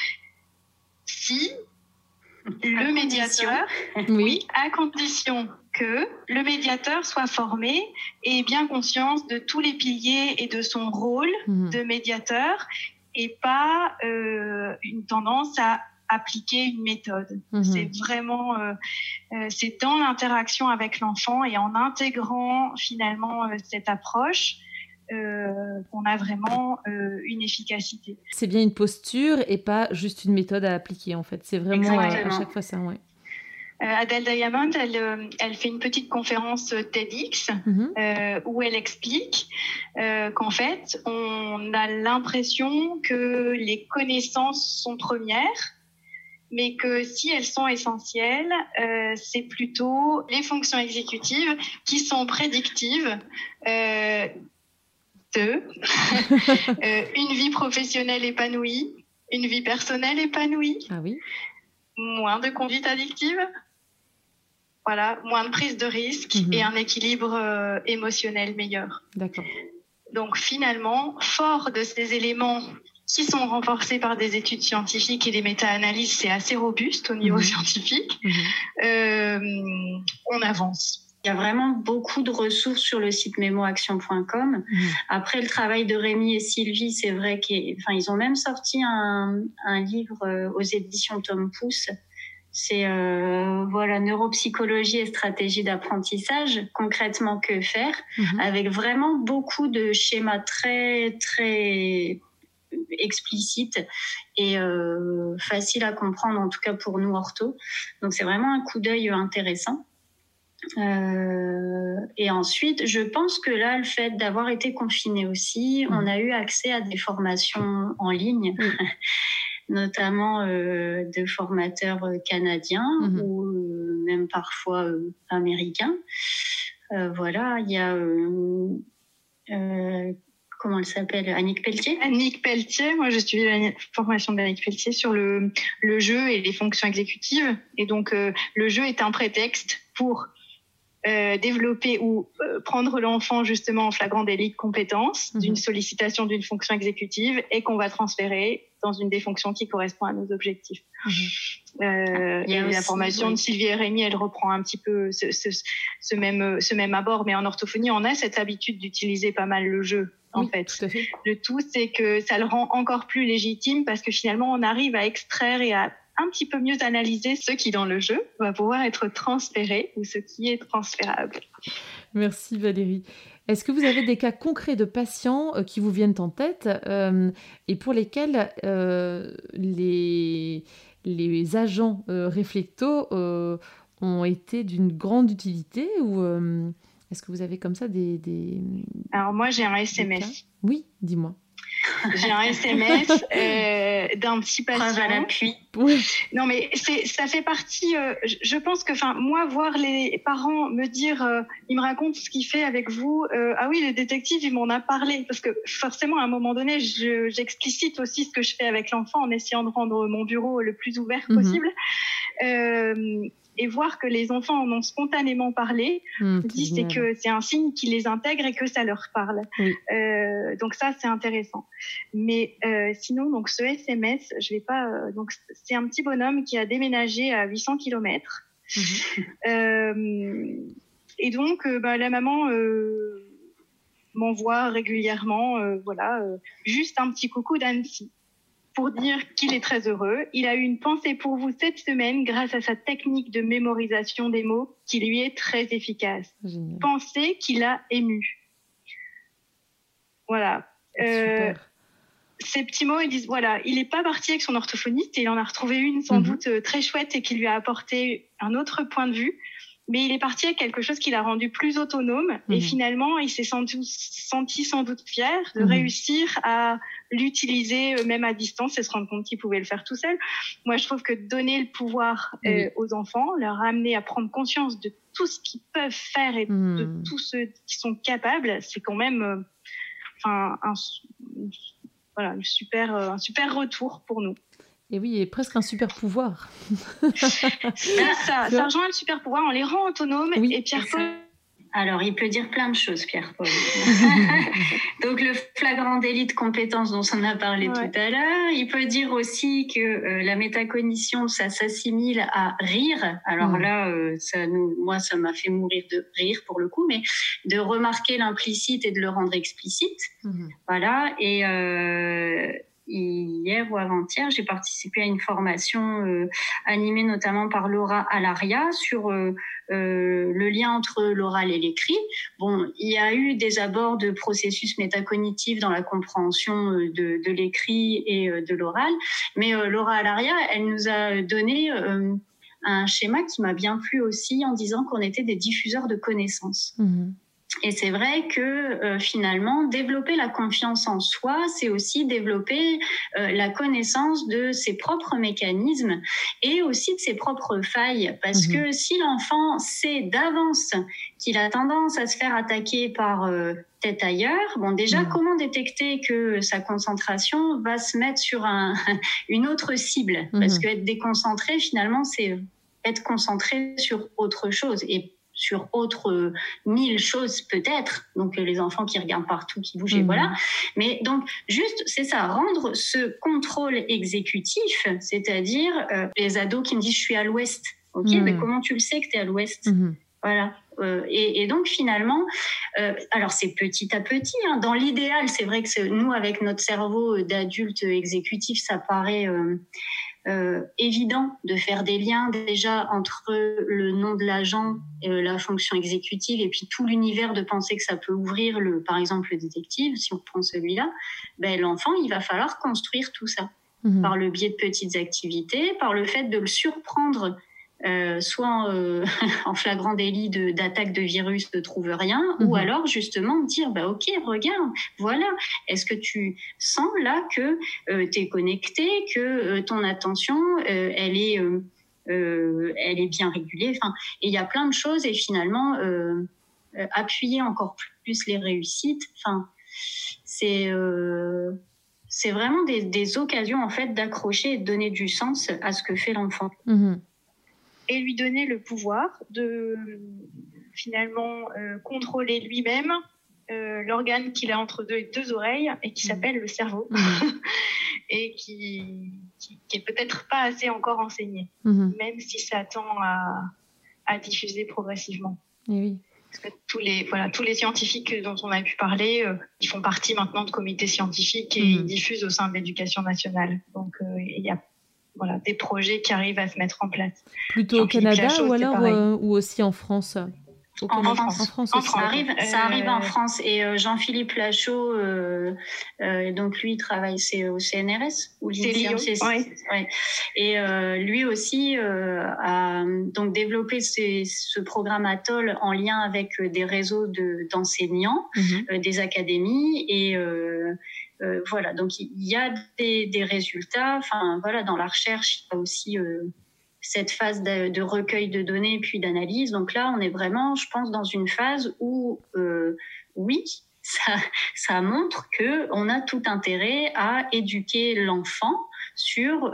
Speaker 2: si le médiateur, à condition que le médiateur soit formé et ait bien conscience de tous les piliers et de son rôle de médiateur et pas une tendance à appliquer une méthode. C'est vraiment c'est dans l'interaction avec l'enfant et en intégrant finalement cette approche qu'on a vraiment une efficacité.
Speaker 1: C'est bien une posture et pas juste une méthode à appliquer en fait. C'est vraiment à chaque fois ça,
Speaker 2: Adele Diamond, elle fait une petite conférence TEDx où elle explique qu'en fait, on a l'impression que les connaissances sont premières, mais que si elles sont essentielles, c'est plutôt les fonctions exécutives qui sont prédictives 2, une vie professionnelle épanouie, une vie personnelle épanouie,
Speaker 1: Ah oui.
Speaker 2: moins de conduite addictive, voilà, moins de prise de risque et un équilibre émotionnel meilleur.
Speaker 1: D'accord.
Speaker 2: Donc finalement, fort de ces éléments qui sont renforcés par des études scientifiques et des méta-analyses, c'est assez robuste au niveau scientifique, on avance.
Speaker 3: Il y a vraiment beaucoup de ressources sur le site memoaction.com. Après le travail de Rémi et Sylvie, c'est vrai qu'ils ont même sorti un livre aux éditions Tom Pouce. C'est neuropsychologie et stratégie d'apprentissage, concrètement que faire, avec vraiment beaucoup de schémas très très explicites et faciles à comprendre, en tout cas pour nous orthos. Donc c'est vraiment un coup d'œil intéressant. Et ensuite, je pense que là, le fait d'avoir été confiné aussi, on a eu accès à des formations en ligne, notamment de formateurs canadiens ou même parfois américains. Voilà, il y a comment elle s'appelle, Annick Pelletier.
Speaker 2: Annick Pelletier, moi j'ai suivi la formation d'Annick Pelletier sur le jeu et les fonctions exécutives. Et donc le jeu est un prétexte pour développer ou prendre l'enfant justement en flagrant délit de compétence d'une sollicitation d'une fonction exécutive et qu'on va transférer dans une des fonctions qui correspond à nos objectifs. Et la formation de Sylvie et Rémi, elle reprend un petit peu ce même abord, mais en orthophonie, on a cette habitude d'utiliser pas mal le jeu. En fait.
Speaker 1: Tout à fait.
Speaker 2: Le tout, c'est que ça le rend encore plus légitime parce que finalement, on arrive à extraire et à un petit peu mieux analyser ce qui, dans le jeu, va pouvoir être transféré ou ce qui est transférable.
Speaker 1: Merci Valérie. Est-ce que vous avez des cas concrets de patients qui vous viennent en tête et pour lesquels les agents réflectos ont été d'une grande utilité ou est-ce que vous avez comme ça des...
Speaker 2: Alors moi, j'ai un SMS.
Speaker 1: Oui, dis-moi.
Speaker 2: J'ai un SMS d'un petit patient.
Speaker 3: Preuve à l'appui.
Speaker 1: Oui.
Speaker 2: Non, mais ça fait partie. Je pense que, moi, voir les parents me dire, ils me racontent ce qu'il fait avec vous. Ah oui, le détective, il m'en a parlé. Parce que forcément, à un moment donné, j'explicite aussi ce que je fais avec l'enfant en essayant de rendre mon bureau le plus ouvert possible. Et voir que les enfants en ont spontanément parlé, c'est que c'est un signe qui les intègre et que ça leur parle. Oui. Donc ça, c'est intéressant. Mais sinon, donc ce SMS, je vais pas. Donc c'est un petit bonhomme qui a déménagé à 800 km. Et donc, la maman m'envoie régulièrement, juste un petit coucou d'Annecy, pour dire qu'il est très heureux. Il a eu une pensée pour vous cette semaine grâce à sa technique de mémorisation des mots qui lui est très efficace.
Speaker 1: Génial.
Speaker 2: Pensée qui l'a ému. Voilà.
Speaker 1: Super.
Speaker 2: Ces petits mots, ils disent, voilà, il n'est pas parti avec son orthophoniste et il en a retrouvé une sans doute très chouette et qui lui a apporté un autre point de vue. Mais il est parti avec quelque chose qui l'a rendu plus autonome et finalement, il s'est senti sans doute fier de réussir à l'utiliser même à distance et se rendre compte qu'il pouvait le faire tout seul. Moi, je trouve que donner le pouvoir aux enfants, leur amener à prendre conscience de tout ce qu'ils peuvent faire et de tout ce qui sont capables, c'est quand même un super retour pour nous.
Speaker 1: Et oui, et presque un super pouvoir.
Speaker 2: ça rejoint le super pouvoir, on les rend autonomes. Oui, et Pierre-Paul...
Speaker 3: Alors, il peut dire plein de choses, Pierre-Paul. Donc, le flagrant délit de compétence dont on a parlé tout à l'heure. Il peut dire aussi que la métacognition, ça s'assimile à rire. Alors là, moi, ça m'a fait mourir de rire pour le coup, mais de remarquer l'implicite et de le rendre explicite. Voilà. Et... hier ou avant-hier, j'ai participé à une formation animée notamment par Laura Alaria sur le lien entre l'oral et l'écrit. Bon, il y a eu des abords de processus métacognitifs dans la compréhension de l'écrit et de l'oral, mais Laura Alaria, elle nous a donné un schéma qui m'a bien plu aussi en disant qu'on était des diffuseurs de connaissances. Et c'est vrai que finalement, développer la confiance en soi, c'est aussi développer la connaissance de ses propres mécanismes et aussi de ses propres failles. Parce que si l'enfant sait d'avance qu'il a tendance à se faire attaquer par tête ailleurs, bon déjà, comment détecter que sa concentration va se mettre sur une autre cible? Parce qu'être déconcentré, finalement, c'est être concentré sur autre chose et sur autres 1000 choses peut-être, donc les enfants qui regardent partout, qui bougent, et voilà. Mais donc, juste, c'est ça, rendre ce contrôle exécutif, c'est-à-dire les ados qui me disent « je suis à l'ouest ». Ok, mais comment tu le sais que tu es à l'ouest? Voilà. Et donc finalement, alors c'est petit à petit. Hein. Dans l'idéal, c'est vrai que nous, avec notre cerveau d'adulte exécutif, ça paraît évident de faire des liens déjà entre le nom de l'agent, la fonction exécutive, et puis tout l'univers de pensée que ça peut ouvrir, par exemple le détective, si on prend celui-là. Ben, l'enfant, il va falloir construire tout ça par le biais de petites activités, par le fait de le surprendre. Soit en flagrant délit d'attaque de virus ne trouve rien, ou alors justement dire bah ok, regarde, voilà, est-ce que tu sens là que tu es connecté, que ton attention elle est bien régulée, enfin, et il y a plein de choses, et finalement appuyer encore plus les réussites, enfin, c'est vraiment des occasions en fait d'accrocher et de donner du sens à ce que fait l'enfant.
Speaker 2: Et lui donner le pouvoir de finalement contrôler lui-même l'organe qu'il a entre deux oreilles et qui s'appelle le cerveau et qui est peut-être pas assez encore enseigné, même si ça tend à diffuser progressivement.
Speaker 1: Et oui.
Speaker 2: Parce que tous les scientifiques dont on a pu parler, ils font partie maintenant de comités scientifiques et ils diffusent au sein de l'éducation nationale. Donc il y a des projets qui arrivent à se mettre en place.
Speaker 1: Plutôt au Canada ou alors ou aussi en France?
Speaker 3: En France aussi. Ça arrive en France. Et Jean-Philippe Lachaud, donc lui, il travaille au CNRS ou
Speaker 2: Lyon.
Speaker 3: Ouais. Et lui aussi a donc développé ce programme Atoll en lien avec des réseaux d'enseignants, des académies, et voilà, donc il y a des résultats. Enfin voilà, dans la recherche, il y a aussi cette phase de recueil de données puis d'analyse. Donc là, on est vraiment, je pense, dans une phase où oui, ça montre que on a tout intérêt à éduquer l'enfant sur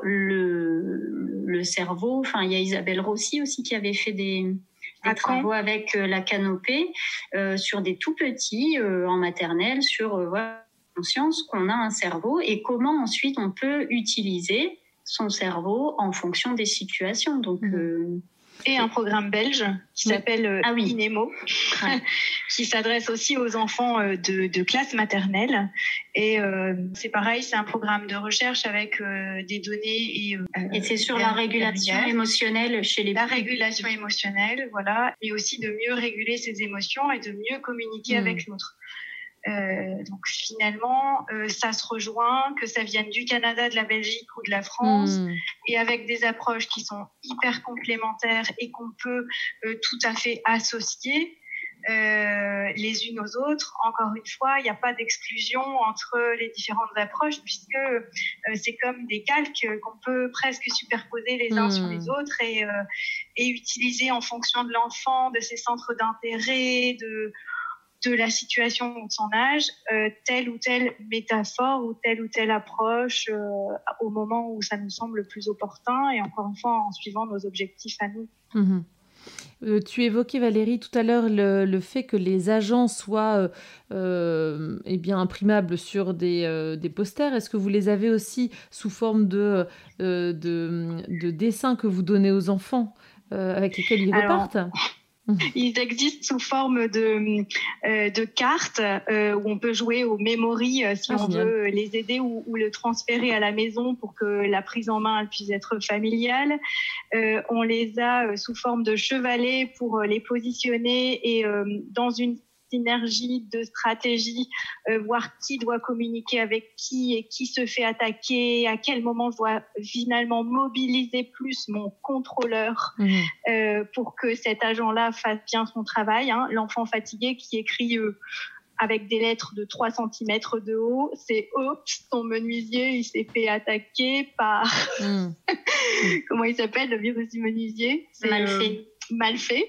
Speaker 3: le cerveau. Enfin, il y a Isabelle Rossi aussi qui avait fait des travaux avec la Canopée sur des tout petits en maternelle, sur conscience qu'on a un cerveau et comment ensuite on peut utiliser son cerveau en fonction des situations. Donc,
Speaker 2: et un programme belge qui s'appelle INEMO, qui s'adresse aussi aux enfants de classe maternelle. Et c'est pareil, c'est un programme de recherche avec des données.
Speaker 3: Et c'est sur la régulation émotionnelle chez les
Speaker 2: La régulation émotionnelle, voilà. Et aussi de mieux réguler ses émotions et de mieux communiquer avec l'autre. Donc finalement, ça se rejoint, que ça vienne du Canada, de la Belgique ou de la France, et avec des approches qui sont hyper complémentaires et qu'on peut tout à fait associer les unes aux autres. Encore une fois, il n'y a pas d'exclusion entre les différentes approches, puisque c'est comme des calques qu'on peut presque superposer les uns sur les autres et utiliser en fonction de l'enfant, de ses centres d'intérêt, de la situation ou de son âge, telle ou telle métaphore ou telle approche au moment où ça nous semble le plus opportun, et encore une fois en suivant nos objectifs à nous.
Speaker 1: Tu évoquais, Valérie, tout à l'heure le fait que les agents soient imprimables sur des posters. Est-ce que vous les avez aussi sous forme de dessins que vous donnez aux enfants avec lesquels ils repartent?
Speaker 2: Ils existent sous forme de cartes où on peut jouer au memory si on veut les aider ou le transférer à la maison pour que la prise en main elle puisse être familiale. On les a sous forme de chevalets pour les positionner et dans une synergie, de stratégie, voir qui doit communiquer avec qui et qui se fait attaquer, à quel moment je dois finalement mobiliser plus mon contrôleur pour que cet agent-là fasse bien son travail. Hein. L'enfant fatigué qui écrit avec des lettres de 3 cm de haut, c'est « Oups, ton menuisier, il s'est fait attaquer par… Comment il s'appelle, le virus du menuisier ? C'est mal fait.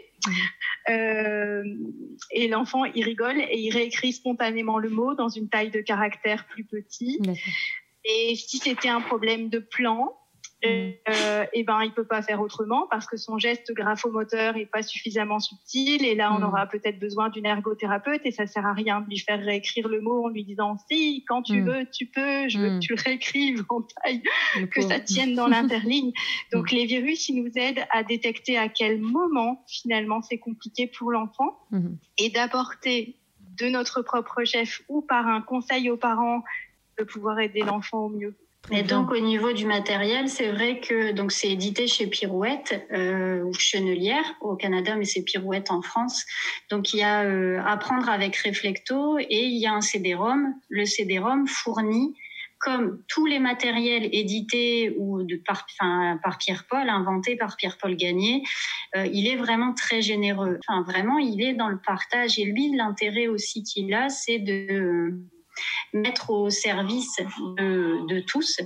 Speaker 2: Et l'enfant, il rigole et il réécrit spontanément le mot dans une taille de caractère plus petit. Et si c'était un problème de plan, et ben il peut pas faire autrement parce que son geste graphomoteur est pas suffisamment subtil, et là on aura peut-être besoin d'une ergothérapeute, et ça sert à rien de lui faire réécrire le mot en lui disant si quand tu veux tu peux, je veux que tu le réécrives en taille, que ça tienne dans l'interligne. Donc les virus, ils nous aident à détecter à quel moment finalement c'est compliqué pour l'enfant, et d'apporter de notre propre chef ou par un conseil aux parents de pouvoir aider l'enfant au mieux.
Speaker 3: Et donc au niveau du matériel, c'est vrai que donc c'est édité chez Pirouette ou Chenelière au Canada, mais c'est Pirouette en France. Donc il y a Apprendre avec Reflecto, et il y a un CD-ROM. Le CD-ROM fournit, comme tous les matériels édités ou par Pierre-Paul, inventés par Pierre-Paul Gagné, il est vraiment très généreux. Enfin vraiment, il est dans le partage, et lui, l'intérêt aussi qu'il a, c'est de mettre au service de tous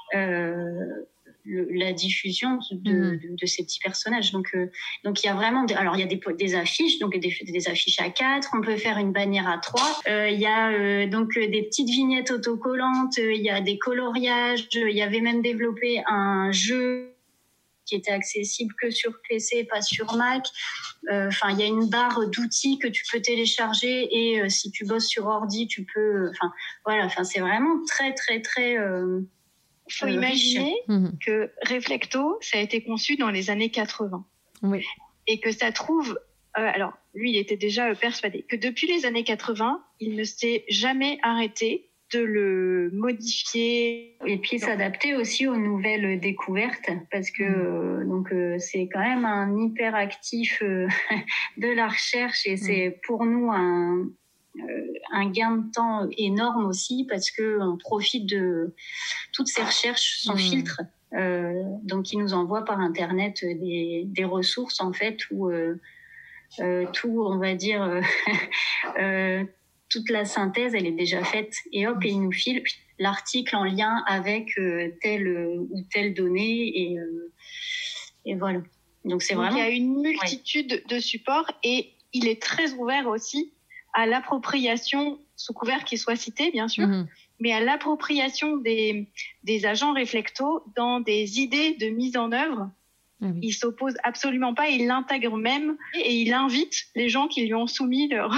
Speaker 3: la diffusion de ces petits personnages. Donc il y a vraiment alors il y a des affiches, donc des affiches à 4, on peut faire une bannière à 3, il y a donc des petites vignettes autocollantes, il y a des coloriages, il y avait même développé un jeu qui était accessible que sur PC, pas sur Mac. Enfin, il y a une barre d'outils que tu peux télécharger, et si tu bosses sur ordi, tu peux. Enfin, voilà. Enfin, c'est vraiment très, très, très.
Speaker 2: Faut imaginer que Reflecto, ça a été conçu dans les années 80, et que ça trouve. Alors, lui, il était déjà persuadé que depuis les années 80, il ne s'est jamais arrêté de le modifier,
Speaker 3: et puis s'adapter aussi aux nouvelles découvertes, parce que donc c'est quand même un hyperactif de la recherche, et c'est pour nous un gain de temps énorme aussi, parce que on profite de toutes ces recherches sans filtre. Donc il nous envoie par internet des ressources en fait où tout, on va dire toute la synthèse, elle est déjà faite, et hop, et il nous file l'article en lien avec telle ou telle donnée, et voilà. Donc c'est vraiment.
Speaker 2: Il y a une multitude de supports, et il est très ouvert aussi à l'appropriation, sous couvert qu'il soit cité, bien sûr, mais à l'appropriation des agents Reflecto dans des idées de mise en œuvre. Il s'oppose absolument pas, il l'intègre même, et il invite les gens qui lui ont soumis leur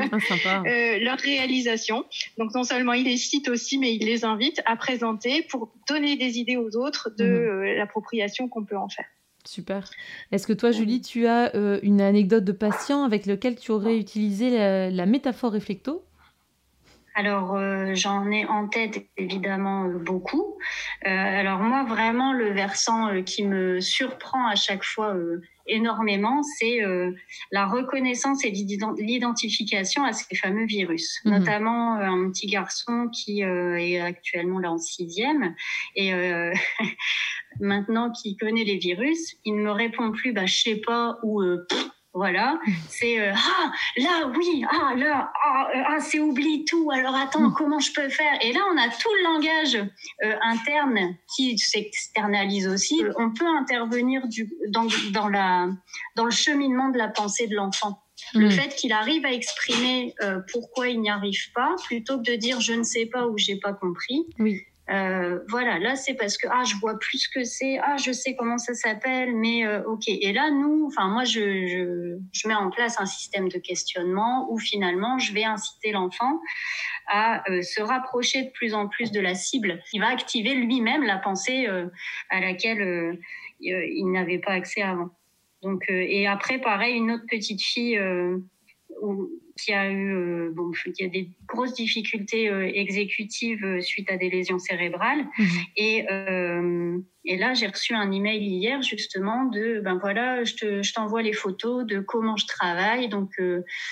Speaker 2: réalisation. Donc non seulement il les cite aussi, mais il les invite à présenter pour donner des idées aux autres de l'appropriation qu'on peut en faire.
Speaker 1: Super. Est-ce que toi, Julie, tu as une anecdote de patient avec lequel tu aurais utilisé la métaphore Reflecto ?
Speaker 3: Alors, j'en ai en tête évidemment beaucoup. Alors moi, vraiment, le versant qui me surprend à chaque fois énormément, c'est la reconnaissance et l'identification à ces fameux virus. Notamment un petit garçon qui est actuellement là en 6e, et maintenant qu'il connaît les virus, il ne me répond plus « je sais pas » ou voilà, c'est là oui, c'est oublie tout, alors attends, comment je peux faire? Et là on a tout le langage interne qui s'externalise aussi. On peut intervenir dans le cheminement de la pensée de l'enfant. Le fait qu'il arrive à exprimer pourquoi il n'y arrive pas, plutôt que de dire je ne sais pas ou j'ai pas compris. Voilà, là c'est parce que je vois plus ce que c'est, je sais comment ça s'appelle, mais ok. Et là moi je mets en place un système de questionnement où finalement je vais inciter l'enfant à se rapprocher de plus en plus de la cible. Il va activer lui-même la pensée à laquelle il n'avait pas accès avant. Donc et après pareil, une autre petite fille qui a des grosses difficultés exécutives suite à des lésions cérébrales. Et là, j'ai reçu un email hier justement de voilà, je t'envoie les photos de comment je travaille. Donc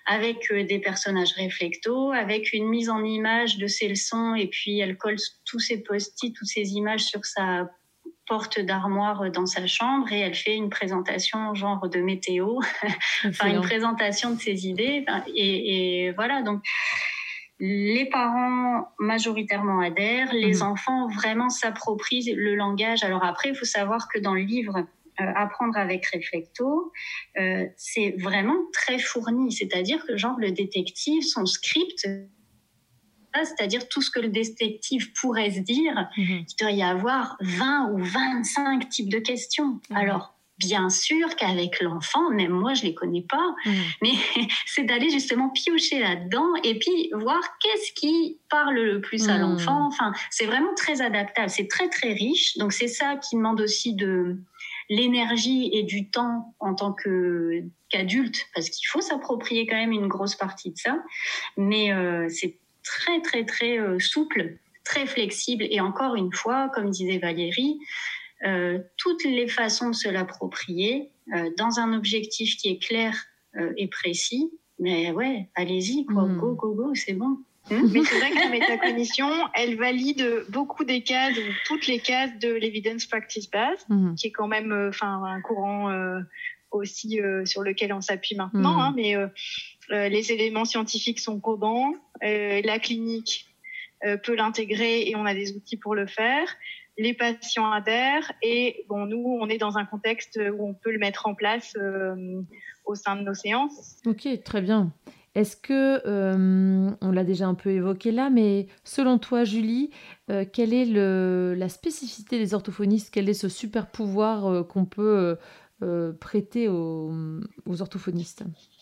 Speaker 3: avec des personnages réflectos, avec une mise en image de ses leçons, et puis elle colle tous ses post-it, toutes ces images sur sa porte d'armoire dans sa chambre, et elle fait une présentation genre de météo, enfin une présentation de ses idées, et voilà. Donc les parents majoritairement adhèrent, les enfants vraiment s'approprient le langage. Alors après, il faut savoir que dans le livre Apprendre avec Réflecto, c'est vraiment très fourni, c'est-à-dire que genre le détective, son script, c'est-à-dire tout ce que le détective pourrait se dire, il doit y avoir 20 ou 25 types de questions. Alors, bien sûr qu'avec l'enfant, même moi, je ne les connais pas, mais c'est d'aller justement piocher là-dedans et puis voir qu'est-ce qui parle le plus à l'enfant. Enfin, c'est vraiment très adaptable, c'est très, très riche. Donc, c'est ça qui demande aussi de l'énergie et du temps en tant qu'adulte, parce qu'il faut s'approprier quand même une grosse partie de ça. Mais c'est très, très, très souple, très flexible. Et encore une fois, comme disait Valérie, toutes les façons de se l'approprier dans un objectif qui est clair et précis. Mais ouais, allez-y, quoi. Go, go, go, c'est bon.
Speaker 2: Mais c'est vrai que la métacognition, elle valide beaucoup des cases, ou toutes les cases de l'evidence practice base, qui est quand même un courant aussi sur lequel on s'appuie maintenant. Mais les éléments scientifiques sont probants, la clinique peut l'intégrer et on a des outils pour le faire. Les patients adhèrent et bon, nous, on est dans un contexte où on peut le mettre en place au sein de nos séances.
Speaker 1: Ok, très bien. Est-ce que, on l'a déjà un peu évoqué là, mais selon toi, Julie, quelle est la spécificité des orthophonistes ? Quel est ce super pouvoir qu'on peut prêter aux orthophonistes ?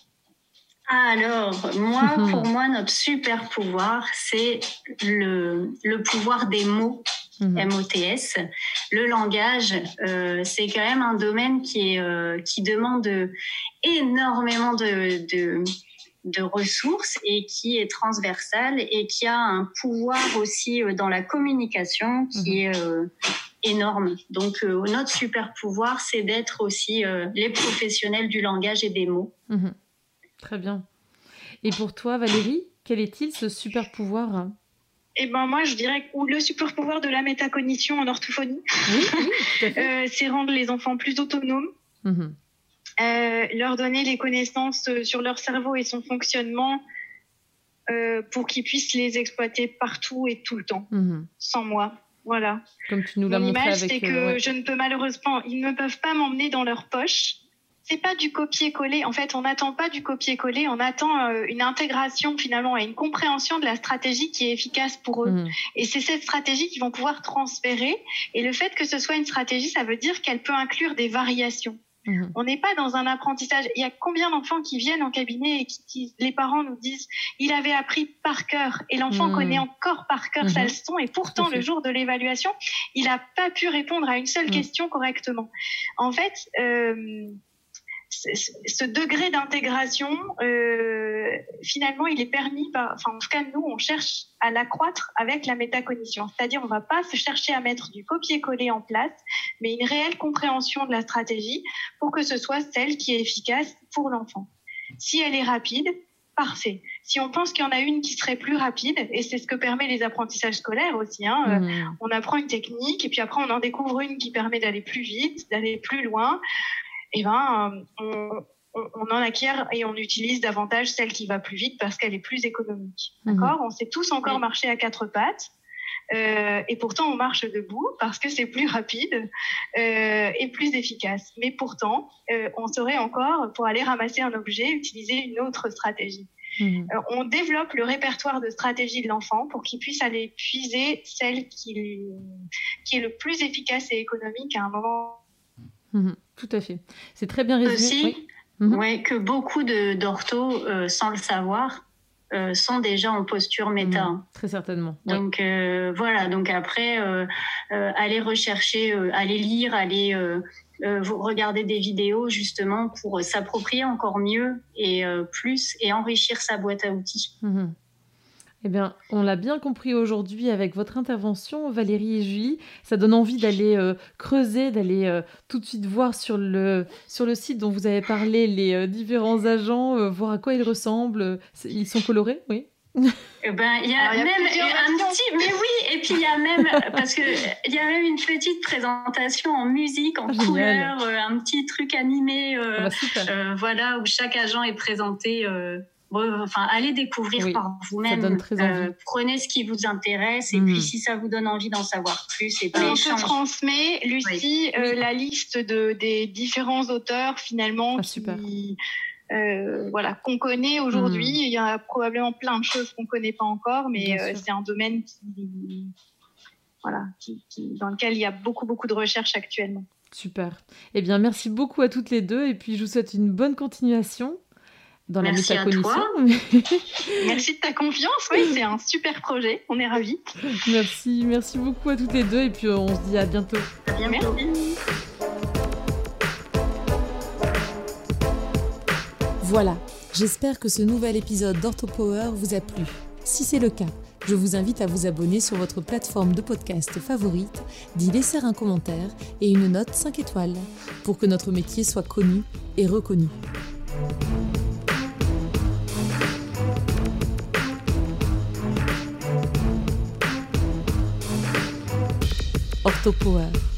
Speaker 3: Alors, pour moi, notre super pouvoir, c'est le pouvoir des mots, MOTS. Le langage, c'est quand même un domaine qui demande énormément de ressources et qui est transversal et qui a un pouvoir aussi dans la communication qui est énorme. Donc, notre super pouvoir, c'est d'être aussi les professionnels du langage et des mots.
Speaker 1: Très bien. Et pour toi, Valérie, quel est-il ce super pouvoir ?
Speaker 2: Eh ben moi, je dirais que le super pouvoir de la métacognition en orthophonie,
Speaker 1: tout à fait.
Speaker 2: c'est rendre les enfants plus autonomes, leur donner les connaissances sur leur cerveau et son fonctionnement pour qu'ils puissent les exploiter partout et tout le temps, sans moi. Voilà.
Speaker 1: Comme tu nous l'as montré
Speaker 2: avec...
Speaker 1: L'image,
Speaker 2: c'est que je ne peux malheureusement, ils ne peuvent pas m'emmener dans leur poche. C'est pas du copier-coller. En fait, on n'attend pas du copier-coller. On attend une intégration finalement et une compréhension de la stratégie qui est efficace pour eux. Et c'est cette stratégie qu'ils vont pouvoir transférer. Et le fait que ce soit une stratégie, ça veut dire qu'elle peut inclure des variations. On n'est pas dans un apprentissage. Il y a combien d'enfants qui viennent en cabinet et qui les parents nous disent il avait appris par cœur et l'enfant connaît encore par cœur sa leçon et pourtant le jour de l'évaluation, il n'a pas pu répondre à une seule question correctement. En fait, ce degré d'intégration, finalement, il est permis en tout cas, nous, on cherche à l'accroître avec la métacognition. C'est-à-dire, on ne va pas se chercher à mettre du copier-coller en place, mais une réelle compréhension de la stratégie pour que ce soit celle qui est efficace pour l'enfant. Si elle est rapide, parfait. Si on pense qu'il y en a une qui serait plus rapide, et c'est ce que permet les apprentissages scolaires aussi, on apprend une technique et puis après, on en découvre une qui permet d'aller plus vite, d'aller plus loin. On en acquiert et on utilise davantage celle qui va plus vite parce qu'elle est plus économique. D'accord ? On sait tous encore marcher à quatre pattes et pourtant on marche debout parce que c'est plus rapide et plus efficace. Mais pourtant, on saurait encore, pour aller ramasser un objet, utiliser une autre stratégie. On développe le répertoire de stratégies de l'enfant pour qu'il puisse aller puiser celle qui est le plus efficace et économique à un moment.
Speaker 1: Tout à fait. C'est très bien résumé.
Speaker 3: Aussi, que beaucoup d'orthos, sans le savoir, sont déjà en posture méta.
Speaker 1: Très certainement.
Speaker 3: Donc voilà, donc après, aller rechercher, aller lire, aller regarder des vidéos justement pour s'approprier encore mieux et plus et enrichir sa boîte à outils.
Speaker 1: Eh bien, on l'a bien compris aujourd'hui avec votre intervention, Valérie et Julie. Ça donne envie d'aller creuser, d'aller tout de suite voir sur le site dont vous avez parlé les différents agents, voir à quoi ils ressemblent. Ils sont colorés, oui?
Speaker 3: Il y a même un petit, mais oui, et puis il y a même, parce que il y a même une petite présentation en musique, en couleur, un petit truc animé, voilà, où chaque agent est présenté. Allez découvrir par vous-même.
Speaker 1: Ça donne très envie.
Speaker 3: Prenez ce qui vous intéresse et puis si ça vous donne envie d'en savoir plus, et
Speaker 2: on te transmet, Lucie, la liste des différents auteurs finalement qu'on connaît aujourd'hui. Il y a probablement plein de choses qu'on connaît pas encore, mais c'est un domaine dans lequel il y a beaucoup de recherches actuellement.
Speaker 1: Super. Eh bien, merci beaucoup à toutes les deux et puis je vous souhaite une bonne continuation dans la métacognition.
Speaker 2: Merci de ta confiance. Oui, c'est un super projet. On est ravis.
Speaker 1: Merci beaucoup à toutes les deux et puis on se dit à bientôt.
Speaker 3: À bientôt. Merci.
Speaker 1: Voilà, j'espère que ce nouvel épisode d'OrthoPower vous a plu. Si c'est le cas, je vous invite à vous abonner sur votre plateforme de podcast favorite, d'y laisser un commentaire et une note 5 étoiles pour que notre métier soit connu et reconnu. OrthoPower.